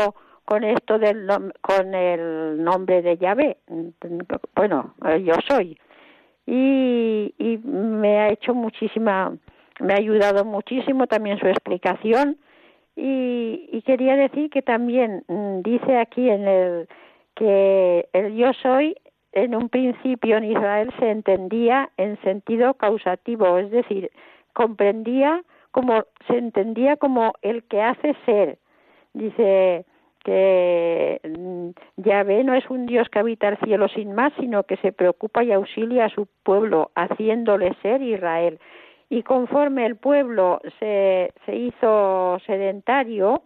con esto con el nombre de Yahvé, bueno, yo soy, y me ha ayudado muchísimo también su explicación, y quería decir que también dice aquí que el yo soy en un principio en Israel se entendía en sentido causativo, es decir, se entendía como el que hace ser. Dice que Yahvé no es un Dios que habita el cielo sin más, sino que se preocupa y auxilia a su pueblo, haciéndole ser Israel. Y conforme el pueblo se hizo sedentario,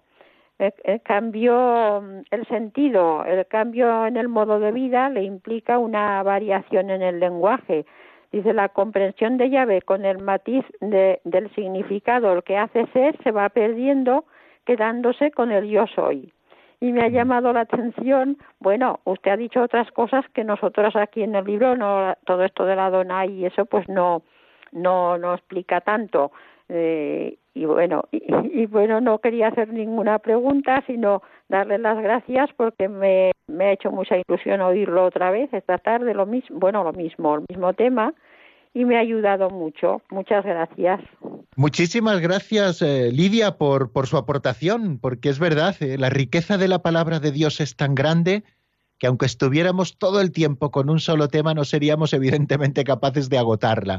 cambió el sentido, el cambio en el modo de vida le implica una variación en el lenguaje. Dice, la comprensión de Yahvé con el matiz del significado, el que hace ser, se va perdiendo, quedándose con el yo soy. Y me ha llamado la atención, bueno, usted ha dicho otras cosas que nosotros aquí en el libro, no, todo esto de la Adonai y eso pues no explica tanto. Y bueno, no quería hacer ninguna pregunta, sino darle las gracias porque me ha hecho mucha ilusión oírlo otra vez esta tarde, el mismo tema, y me ha ayudado mucho. Muchas gracias. Muchísimas gracias, Lidia, por su aportación, porque es verdad, la riqueza de la palabra de Dios es tan grande que aunque estuviéramos todo el tiempo con un solo tema, no seríamos evidentemente capaces de agotarla.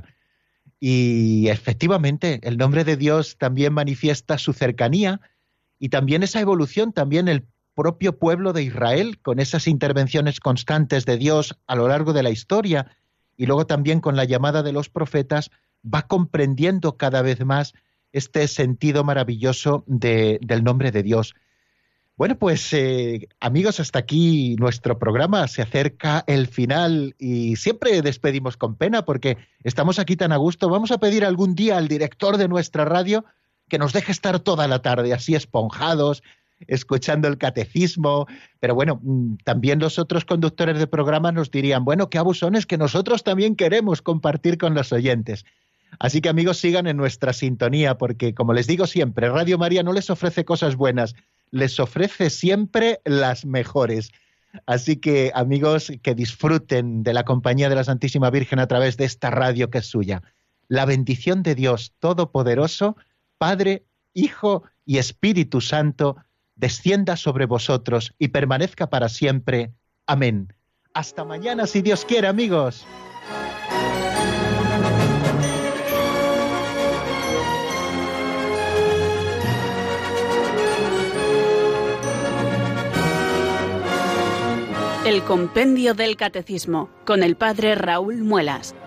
Y efectivamente, el nombre de Dios también manifiesta su cercanía y también esa evolución, también el propio pueblo de Israel, con esas intervenciones constantes de Dios a lo largo de la historia, y luego también con la llamada de los profetas, va comprendiendo cada vez más este sentido maravilloso del nombre de Dios. Bueno, pues amigos, hasta aquí nuestro programa. Se acerca el final y siempre despedimos con pena porque estamos aquí tan a gusto. Vamos a pedir algún día al director de nuestra radio que nos deje estar toda la tarde así esponjados, escuchando el catecismo. Pero bueno, también los otros conductores de programa nos dirían, bueno, qué abusones, que nosotros también queremos compartir con los oyentes. Así que amigos, sigan en nuestra sintonía porque, como les digo siempre, Radio María no les ofrece cosas buenas, les ofrece siempre las mejores. Así que, amigos, que disfruten de la compañía de la Santísima Virgen a través de esta radio que es suya. La bendición de Dios Todopoderoso, Padre, Hijo y Espíritu Santo, descienda sobre vosotros y permanezca para siempre. Amén. Hasta mañana, si Dios quiere, amigos. El Compendio del Catecismo, con el Padre Raúl Muelas.